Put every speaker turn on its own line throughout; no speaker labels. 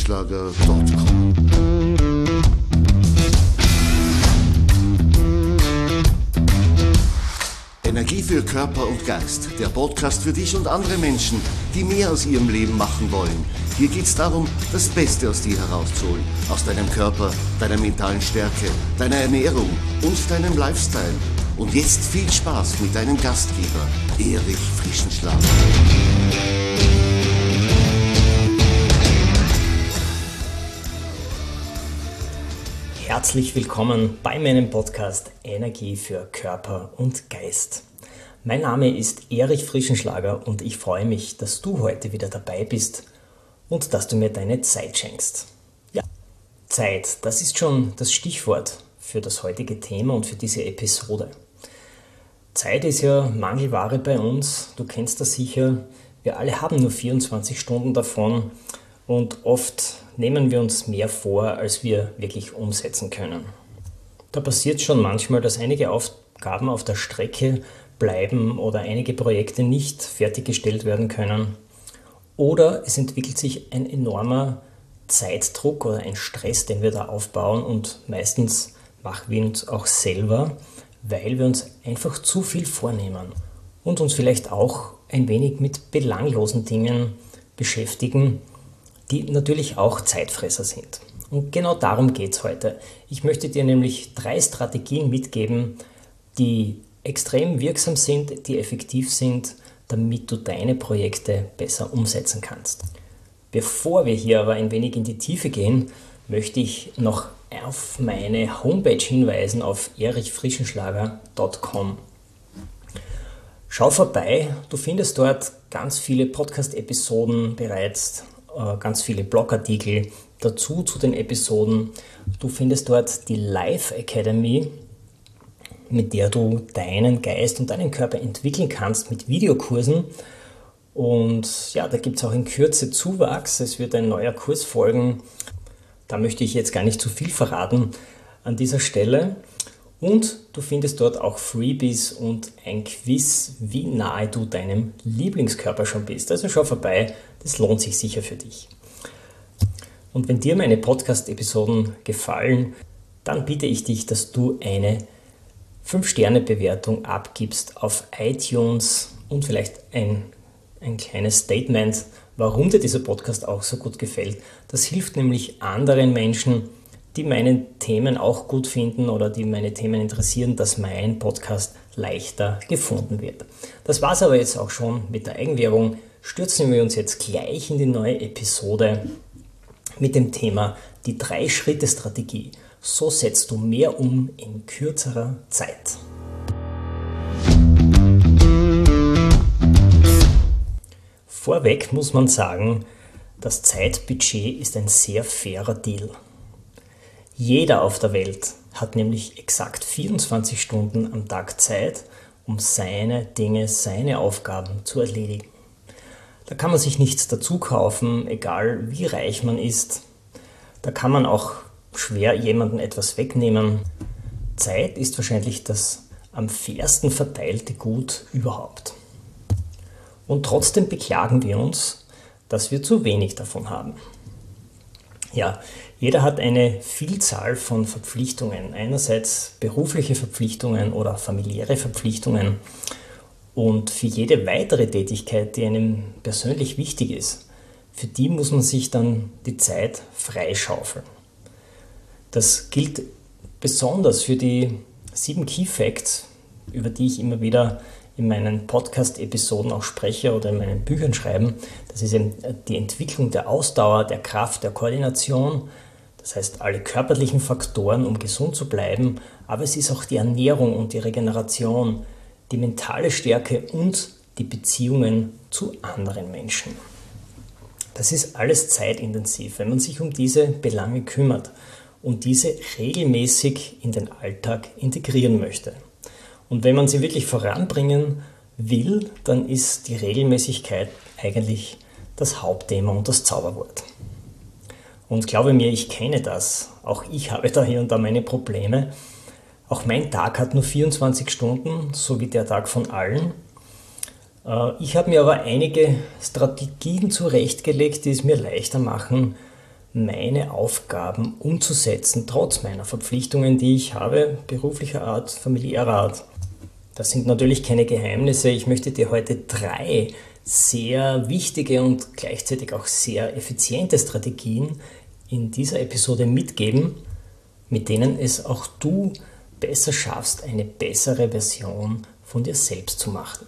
erichfrischenschlager.com. Energie für Körper und Geist, der Podcast für dich und andere Menschen, die mehr aus ihrem Leben machen wollen. Hier geht es darum, das Beste aus dir herauszuholen, aus deinem Körper, deiner mentalen Stärke, deiner Ernährung und deinem Lifestyle. Und jetzt viel Spaß mit deinem Gastgeber, Erich Frischenschlager.
Herzlich willkommen bei meinem Podcast Energie für Körper und Geist. Mein Name ist Erich Frischenschlager und ich freue mich, dass du heute wieder dabei bist und dass du mir deine Zeit schenkst. Ja, Zeit, das ist schon das Stichwort für das heutige Thema und für diese Episode. Zeit ist ja Mangelware bei uns, du kennst das sicher. Wir alle haben nur 24 Stunden davon und oft nehmen wir uns mehr vor, als wir wirklich umsetzen können. Da passiert schon manchmal, dass einige Aufgaben auf der Strecke bleiben oder einige Projekte nicht fertiggestellt werden können. Oder es entwickelt sich ein enormer Zeitdruck oder ein Stress, den wir da aufbauen und meistens machen wir uns auch selber, weil wir uns einfach zu viel vornehmen und uns vielleicht auch ein wenig mit belanglosen Dingen beschäftigen, die natürlich auch Zeitfresser sind. Und genau darum geht es heute. Ich möchte dir nämlich 3 Strategien mitgeben, die extrem wirksam sind, die effektiv sind, damit du deine Projekte besser umsetzen kannst. Bevor wir hier aber ein wenig in die Tiefe gehen, möchte ich noch auf meine Homepage hinweisen auf erichfrischenschlager.com. Schau vorbei, du findest dort ganz viele Podcast-Episoden bereits, ganz viele Blogartikel dazu zu den Episoden. Du findest dort die Life Academy, mit der du deinen Geist und deinen Körper entwickeln kannst mit Videokursen. Und ja, da gibt es auch in Kürze Zuwachs. Es wird ein neuer Kurs folgen. Da möchte ich jetzt gar nicht zu viel verraten an dieser Stelle. Und du findest dort auch Freebies und ein Quiz, wie nahe du deinem Lieblingskörper schon bist. Also schau vorbei, das lohnt sich sicher für dich. Und wenn dir meine Podcast-Episoden gefallen, dann bitte ich dich, dass du eine 5-Sterne-Bewertung abgibst auf iTunes und vielleicht ein kleines Statement, warum dir dieser Podcast auch so gut gefällt. Das hilft nämlich anderen Menschen, die meine Themen auch gut finden oder die meine Themen interessieren, dass mein Podcast leichter gefunden wird. Das war es aber jetzt auch schon mit der Eigenwerbung. Stürzen wir uns jetzt gleich in die neue Episode mit dem Thema die 3-Schritte-Strategie. So setzt du mehr um in kürzerer Zeit. Vorweg muss man sagen, das Zeitbudget ist ein sehr fairer Deal. Jeder auf der Welt hat nämlich exakt 24 Stunden am Tag Zeit, um seine Dinge, seine Aufgaben zu erledigen. Da kann man sich nichts dazu kaufen, egal wie reich man ist. Da kann man auch schwer jemandem etwas wegnehmen. Zeit ist wahrscheinlich das am fairsten verteilte Gut überhaupt. Und trotzdem beklagen wir uns, dass wir zu wenig davon haben. Ja, jeder hat eine Vielzahl von Verpflichtungen. Einerseits berufliche Verpflichtungen oder familiäre Verpflichtungen. Und für jede weitere Tätigkeit, die einem persönlich wichtig ist, für die muss man sich dann die Zeit freischaufeln. Das gilt besonders für die 7 Key Facts, über die ich immer wieder in meinen Podcast-Episoden auch spreche oder in meinen Büchern schreibe. Das ist eben die Entwicklung der Ausdauer, der Kraft, der Koordination. Das heißt, alle körperlichen Faktoren, um gesund zu bleiben. Aber es ist auch die Ernährung und die Regeneration, die mentale Stärke und die Beziehungen zu anderen Menschen. Das ist alles zeitintensiv, wenn man sich um diese Belange kümmert und diese regelmäßig in den Alltag integrieren möchte. Und wenn man sie wirklich voranbringen will, dann ist die Regelmäßigkeit eigentlich das Hauptthema und das Zauberwort. Und glaube mir, ich kenne das. Auch ich habe da hier und da meine Probleme. Auch mein Tag hat nur 24 Stunden, so wie der Tag von allen. Ich habe mir aber einige Strategien zurechtgelegt, die es mir leichter machen, meine Aufgaben umzusetzen, trotz meiner Verpflichtungen, die ich habe, beruflicher Art, familiärer Art. Das sind natürlich keine Geheimnisse. Ich möchte dir heute 3 sehr wichtige und gleichzeitig auch sehr effiziente Strategien in dieser Episode mitgeben, mit denen es auch du besser schaffst, eine bessere Version von dir selbst zu machen.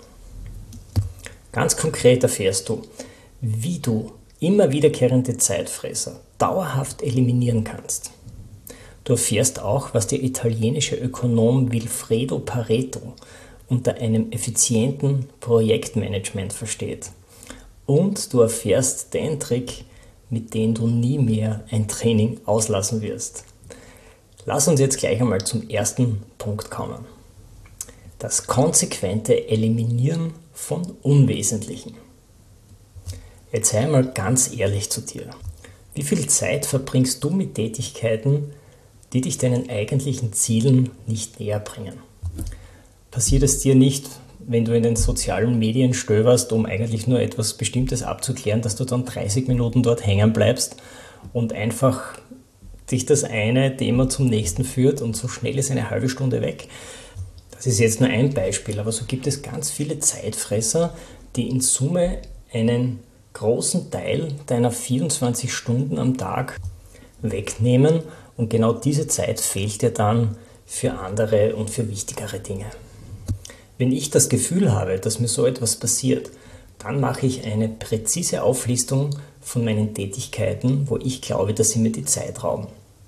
Ganz konkret erfährst du, wie du immer wiederkehrende Zeitfresser dauerhaft eliminieren kannst. Du erfährst auch, was der italienische Ökonom Vilfredo Pareto unter einem effizienten Projektmanagement versteht. Und du erfährst den Trick, mit dem du nie mehr ein Training auslassen wirst. Lass uns jetzt gleich einmal zum ersten Punkt kommen. Das konsequente Eliminieren von Unwesentlichen. Jetzt sei einmal ganz ehrlich zu dir. Wie viel Zeit verbringst du mit Tätigkeiten, die dich deinen eigentlichen Zielen nicht näher bringen? Passiert es dir nicht, wenn du in den sozialen Medien stöberst, um eigentlich nur etwas Bestimmtes abzuklären, dass du dann 30 Minuten dort hängen bleibst und einfach dich das eine Thema zum nächsten führt und so schnell ist eine halbe Stunde weg? Das ist jetzt nur ein Beispiel, aber so gibt es ganz viele Zeitfresser, die in Summe einen großen Teil deiner 24 Stunden am Tag wegnehmen und genau diese Zeit fehlt dir dann für andere und für wichtigere Dinge. Wenn ich das Gefühl habe, dass mir so etwas passiert, dann mache ich eine präzise Auflistung von meinen Tätigkeiten, wo ich glaube, dass sie mir die Zeit rauben.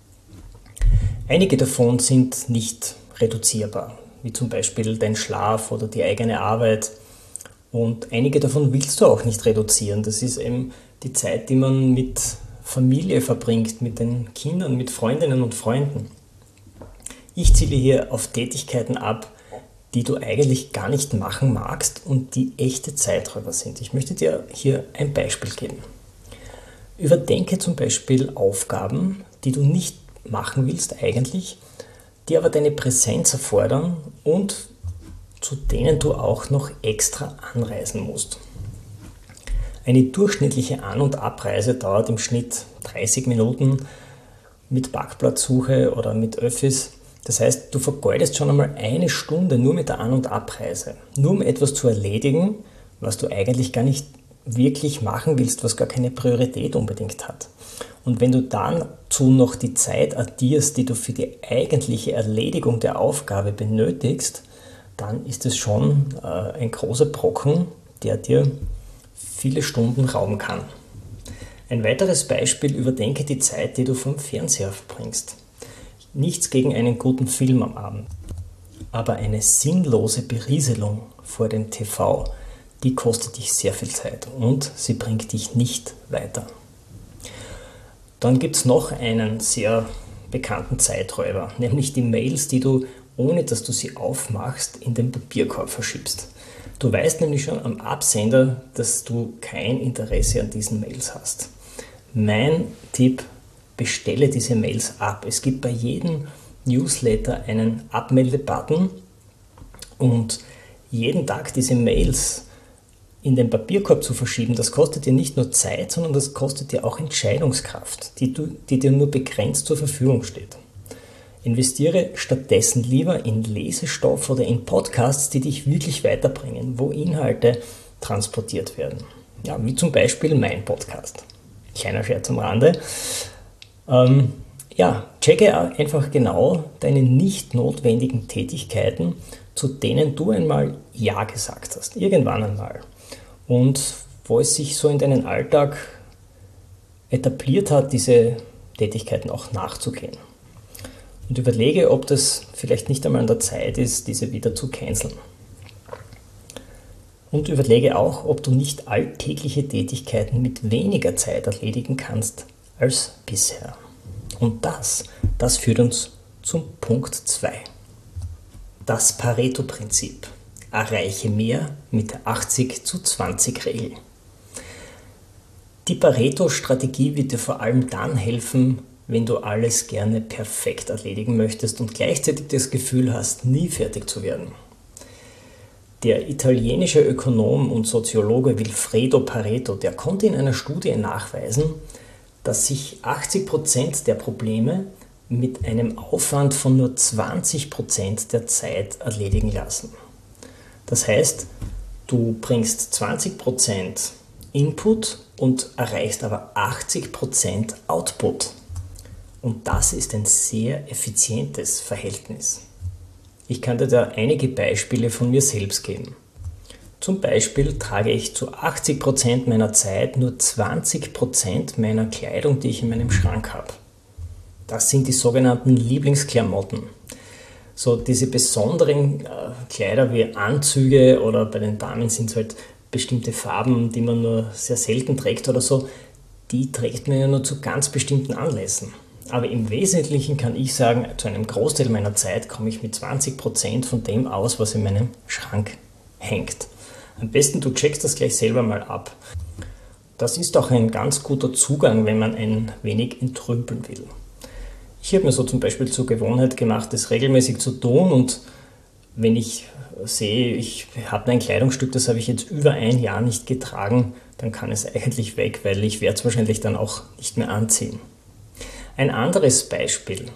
Einige davon sind nicht reduzierbar, wie zum Beispiel dein Schlaf oder die eigene Arbeit. Und einige davon willst du auch nicht reduzieren. Das ist eben die Zeit, die man mit Familie verbringt, mit den Kindern, mit Freundinnen und Freunden. Ich ziele hier auf Tätigkeiten ab, die du eigentlich gar nicht machen magst und die echte Zeiträuber sind. Ich möchte dir hier ein Beispiel geben. Überdenke zum Beispiel Aufgaben, die du nicht machen willst eigentlich, die aber deine Präsenz erfordern und zu denen du auch noch extra anreisen musst. Eine durchschnittliche An- und Abreise dauert im Schnitt 30 Minuten mit Parkplatzsuche oder mit Öffis. Das heißt, du vergeudest schon einmal eine Stunde nur mit der An- und Abreise, nur um etwas zu erledigen, was du eigentlich gar nicht wirklich machen willst, was gar keine Priorität unbedingt hat. Und wenn du dazu noch die Zeit addierst, die du für die eigentliche Erledigung der Aufgabe benötigst, dann ist es schon ein großer Brocken, der dir viele Stunden rauben kann. Ein weiteres Beispiel: Überdenke die Zeit, die du vom Fernseher verbringst. Nichts gegen einen guten Film am Abend, aber eine sinnlose Berieselung vor dem TV, die kostet dich sehr viel Zeit und sie bringt dich nicht weiter. Dann gibt es noch einen sehr bekannten Zeiträuber, nämlich die Mails, die du, ohne dass du sie aufmachst, in den Papierkorb verschiebst. Du weißt nämlich schon am Absender, dass du kein Interesse an diesen Mails hast. Mein Tipp: bestelle diese Mails ab. Es gibt bei jedem Newsletter einen Abmelde-Button und jeden Tag diese Mails in den Papierkorb zu verschieben, das kostet dir nicht nur Zeit, sondern das kostet dir auch Entscheidungskraft, die dir nur begrenzt zur Verfügung steht. Investiere stattdessen lieber in Lesestoff oder in Podcasts, die dich wirklich weiterbringen, wo Inhalte transportiert werden. Ja, wie zum Beispiel mein Podcast. Kleiner Scherz am Rande. Checke einfach genau deine nicht notwendigen Tätigkeiten, zu denen du einmal Ja gesagt hast, irgendwann einmal. Und wo es sich so in deinen Alltag etabliert hat, diese Tätigkeiten auch nachzugehen. Und überlege, ob das vielleicht nicht einmal an der Zeit ist, diese wieder zu canceln. Und überlege auch, ob du nicht alltägliche Tätigkeiten mit weniger Zeit erledigen kannst als bisher. Und das führt uns zum Punkt 2. Das Pareto-Prinzip. Erreiche mehr mit der 80-zu-20-Regel. Die Pareto-Strategie wird dir vor allem dann helfen, wenn du alles gerne perfekt erledigen möchtest und gleichzeitig das Gefühl hast, nie fertig zu werden. Der italienische Ökonom und Soziologe Vilfredo Pareto, der konnte in einer Studie nachweisen, dass sich 80% der Probleme mit einem Aufwand von nur 20% der Zeit erledigen lassen. Das heißt, du bringst 20% Input und erreichst aber 80% Output. Und das ist ein sehr effizientes Verhältnis. Ich kann dir da einige Beispiele von mir selbst geben. Zum Beispiel trage ich zu 80% meiner Zeit nur 20% meiner Kleidung, die ich in meinem Schrank habe. Das sind die sogenannten Lieblingsklamotten. So diese besonderen Kleider wie Anzüge oder bei den Damen sind es halt bestimmte Farben, die man nur sehr selten trägt oder so, die trägt man ja nur zu ganz bestimmten Anlässen. Aber im Wesentlichen kann ich sagen, zu einem Großteil meiner Zeit komme ich mit 20% von dem aus, was in meinem Schrank hängt. Am besten du checkst das gleich selber mal ab. Das ist auch ein ganz guter Zugang, wenn man ein wenig entrümpeln will. Ich habe mir so zum Beispiel zur Gewohnheit gemacht, das regelmäßig zu tun, und wenn ich sehe, ich habe ein Kleidungsstück, das habe ich jetzt über ein Jahr nicht getragen, dann kann es eigentlich weg, weil ich werde es wahrscheinlich dann auch nicht mehr anziehen. Ein anderes Beispiel.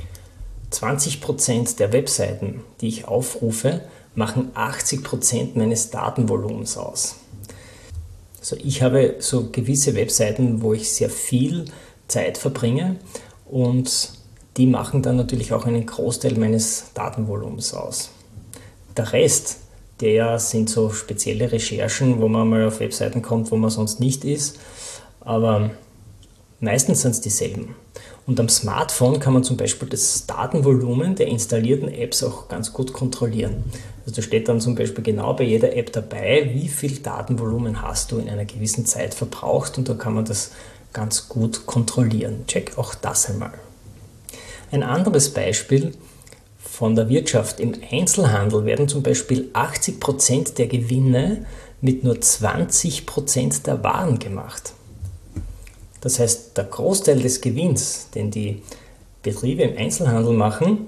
20% der Webseiten, die ich aufrufe, machen 80% meines Datenvolumens aus. Also ich habe so gewisse Webseiten, wo ich sehr viel Zeit verbringe, und die machen dann natürlich auch einen Großteil meines Datenvolumens aus. Der Rest, der sind so spezielle Recherchen, wo man mal auf Webseiten kommt, wo man sonst nicht ist, aber meistens sind es dieselben. Und am Smartphone kann man zum Beispiel das Datenvolumen der installierten Apps auch ganz gut kontrollieren. Also da steht dann zum Beispiel genau bei jeder App dabei, wie viel Datenvolumen hast du in einer gewissen Zeit verbraucht, und da kann man das ganz gut kontrollieren. Check auch das einmal. Ein anderes Beispiel von der Wirtschaft. Im Einzelhandel werden zum Beispiel 80% der Gewinne mit nur 20% der Waren gemacht. Das heißt, der Großteil des Gewinns, den die Betriebe im Einzelhandel machen,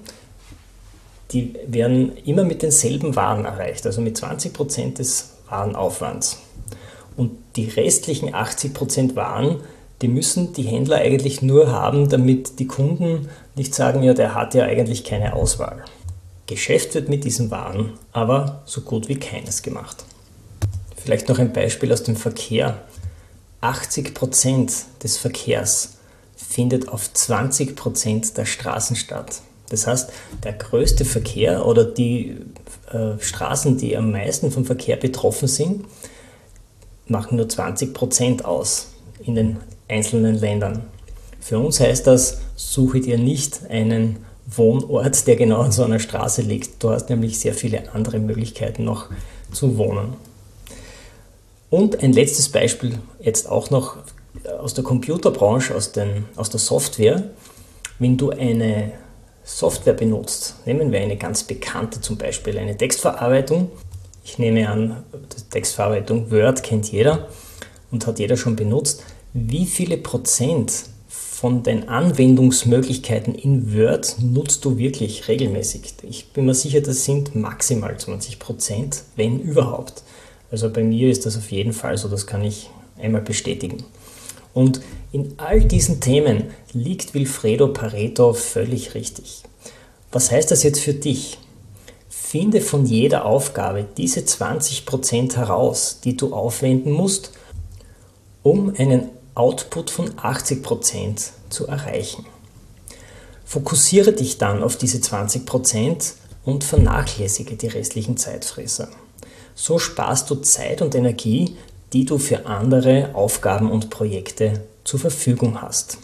die werden immer mit denselben Waren erreicht, also mit 20% des Warenaufwands. Und die restlichen 80% Waren, die müssen die Händler eigentlich nur haben, damit die Kunden nicht sagen, ja, der hat ja eigentlich keine Auswahl. Geschäft wird mit diesen Waren aber so gut wie keines gemacht. Vielleicht noch ein Beispiel aus dem Verkehr. 80% des Verkehrs findet auf 20% der Straßen statt. Das heißt, der größte Verkehr oder die Straßen, die am meisten vom Verkehr betroffen sind, machen nur 20% aus in den einzelnen Ländern. Für uns heißt das, suche dir nicht einen Wohnort, der genau an so einer Straße liegt. Du hast nämlich sehr viele andere Möglichkeiten noch zu wohnen. Und ein letztes Beispiel jetzt auch noch aus der Computerbranche, aus der Software. Wenn du eine Software benutzt, nehmen wir eine ganz bekannte, zum Beispiel eine Textverarbeitung. Ich nehme an, die Textverarbeitung Word kennt jeder und hat jeder schon benutzt. Wie viele Prozent von den Anwendungsmöglichkeiten in Word nutzt du wirklich regelmäßig? Ich bin mir sicher, das sind maximal 20%, wenn überhaupt. Also bei mir ist das auf jeden Fall so, das kann ich einmal bestätigen. Und in all diesen Themen liegt Wilfredo Pareto völlig richtig. Was heißt das jetzt für dich? Finde von jeder Aufgabe diese 20% heraus, die du aufwenden musst, um einen Output von 80% zu erreichen. Fokussiere dich dann auf diese 20% und vernachlässige die restlichen Zeitfresser. So sparst du Zeit und Energie, die du für andere Aufgaben und Projekte zur Verfügung hast.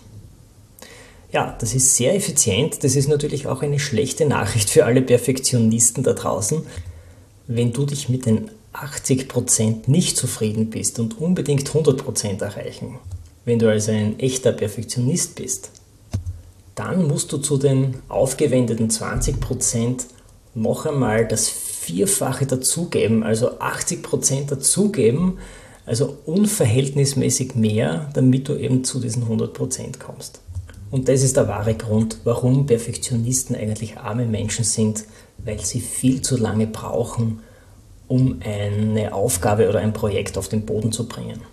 Ja, das ist sehr effizient. Das ist natürlich auch eine schlechte Nachricht für alle Perfektionisten da draußen. Wenn du dich mit den 80% nicht zufrieden bist und unbedingt 100% erreichen, wenn du also ein echter Perfektionist bist, dann musst du zu den aufgewendeten 20% noch einmal das Vierfache dazugeben, also 80% dazugeben, also unverhältnismäßig mehr, damit du eben zu diesen 100% kommst. Und das ist der wahre Grund, warum Perfektionisten eigentlich arme Menschen sind, weil sie viel zu lange brauchen, um eine Aufgabe oder ein Projekt auf den Boden zu bringen.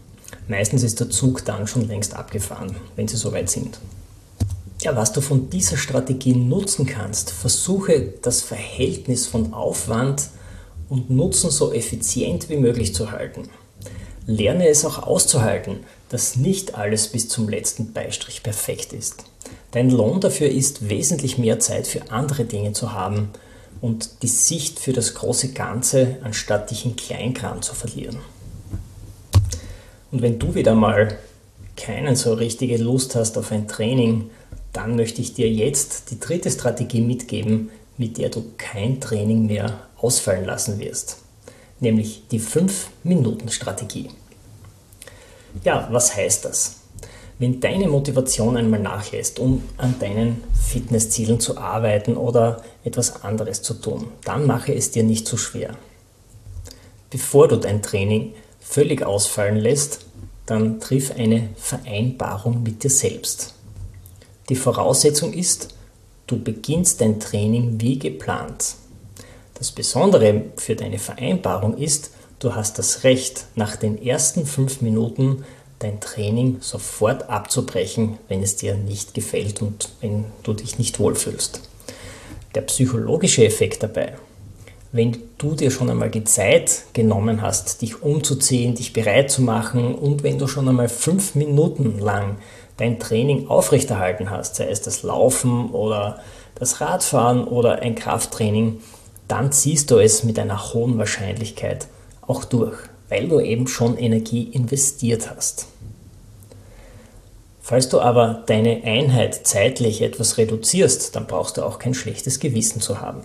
Meistens ist der Zug dann schon längst abgefahren, wenn sie soweit sind. Ja, was du von dieser Strategie nutzen kannst, versuche das Verhältnis von Aufwand und Nutzen so effizient wie möglich zu halten. Lerne es auch auszuhalten, dass nicht alles bis zum letzten Beistrich perfekt ist. Dein Lohn dafür ist, wesentlich mehr Zeit für andere Dinge zu haben und die Sicht für das große Ganze, anstatt dich in Kleinkram zu verlieren. Und wenn du wieder mal keine so richtige Lust hast auf ein Training, dann möchte ich dir jetzt die dritte Strategie mitgeben, mit der du kein Training mehr ausfallen lassen wirst. Nämlich die 5-Minuten-Strategie. Ja, was heißt das? Wenn deine Motivation einmal nachlässt, um an deinen Fitnesszielen zu arbeiten oder etwas anderes zu tun, dann mache es dir nicht zu schwer. Bevor du dein Training völlig ausfallen lässt, dann triff eine Vereinbarung mit dir selbst. Die Voraussetzung ist, du beginnst dein Training wie geplant. Das Besondere für deine Vereinbarung ist, du hast das Recht, nach den ersten 5 Minuten dein Training sofort abzubrechen, wenn es dir nicht gefällt und wenn du dich nicht wohlfühlst. Der psychologische Effekt dabei: Wenn du dir schon einmal die Zeit genommen hast, dich umzuziehen, dich bereit zu machen und wenn du schon einmal 5 Minuten lang dein Training aufrechterhalten hast, sei es das Laufen oder das Radfahren oder ein Krafttraining, dann ziehst du es mit einer hohen Wahrscheinlichkeit auch durch, weil du eben schon Energie investiert hast. Falls du aber deine Einheit zeitlich etwas reduzierst, dann brauchst du auch kein schlechtes Gewissen zu haben.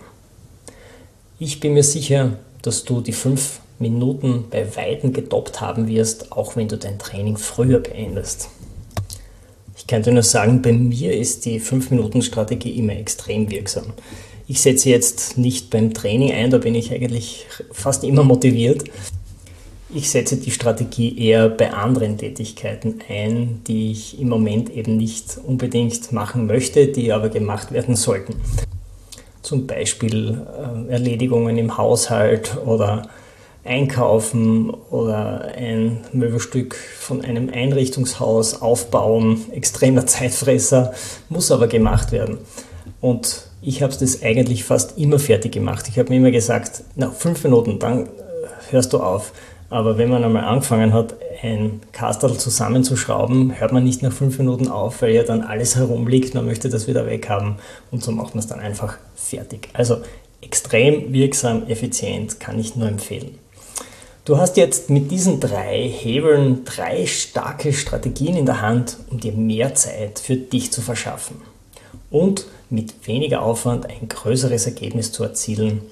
Ich bin mir sicher, dass du die 5 Minuten bei Weitem getoppt haben wirst, auch wenn du dein Training früher beendest. Ich kann dir nur sagen, bei mir ist die 5-Minuten-Strategie immer extrem wirksam. Ich setze jetzt nicht beim Training ein, da bin ich eigentlich fast immer motiviert. Ich setze die Strategie eher bei anderen Tätigkeiten ein, die ich im Moment eben nicht unbedingt machen möchte, die aber gemacht werden sollten. Zum Beispiel Erledigungen im Haushalt oder Einkaufen oder ein Möbelstück von einem Einrichtungshaus aufbauen, extremer Zeitfresser, muss aber gemacht werden. Und ich habe das eigentlich fast immer fertig gemacht. Ich habe mir immer gesagt, nach 5 Minuten, dann hörst du auf. Aber wenn man einmal angefangen hat, ein Kasterl zusammenzuschrauben, hört man nicht nach 5 Minuten auf, weil ja dann alles herumliegt, man möchte das wieder weghaben und so macht man es dann einfach fertig. Also extrem wirksam, effizient, kann ich nur empfehlen. Du hast jetzt mit diesen 3 Hebeln 3 starke Strategien in der Hand, um dir mehr Zeit für dich zu verschaffen und mit weniger Aufwand ein größeres Ergebnis zu erzielen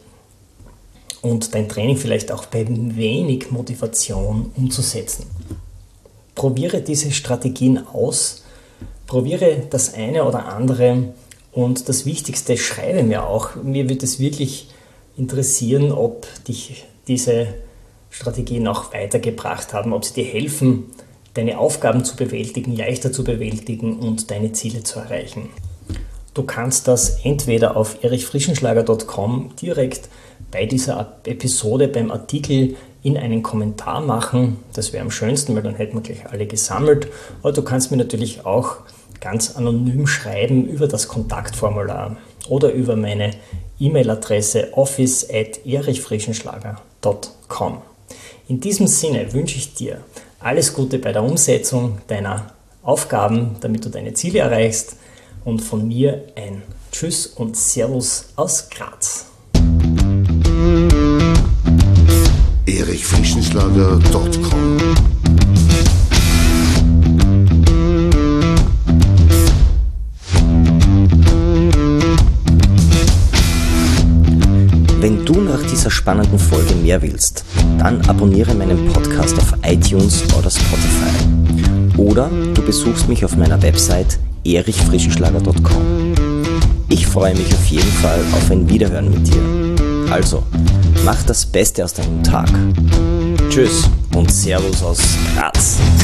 und dein Training vielleicht auch bei wenig Motivation umzusetzen. Probiere diese Strategien aus, probiere das eine oder andere und das Wichtigste, schreibe mir auch. Mir würde es wirklich interessieren, ob dich diese Strategien auch weitergebracht haben, ob sie dir helfen, deine Aufgaben zu bewältigen, leichter zu bewältigen und deine Ziele zu erreichen. Du kannst das entweder auf erichfrischenschlager.com direkt bei dieser Episode beim Artikel in einen Kommentar machen. Das wäre am schönsten, weil dann hätten wir gleich alle gesammelt. Aber du kannst mir natürlich auch ganz anonym schreiben über das Kontaktformular oder über meine E-Mail-Adresse office@erichfrischenschlager.com. In diesem Sinne wünsche ich dir alles Gute bei der Umsetzung deiner Aufgaben, damit du deine Ziele erreichst. Und von mir ein Tschüss und Servus aus Graz.
erichfrischenschlager.com.
Wenn du nach dieser spannenden Folge mehr willst, dann abonniere meinen Podcast auf iTunes oder Spotify. Oder du besuchst mich auf meiner Website erichfrischenschlager.com. Ich freue mich auf jeden Fall auf ein Wiederhören mit dir. Also, mach das Beste aus deinem Tag. Tschüss und Servus aus Graz.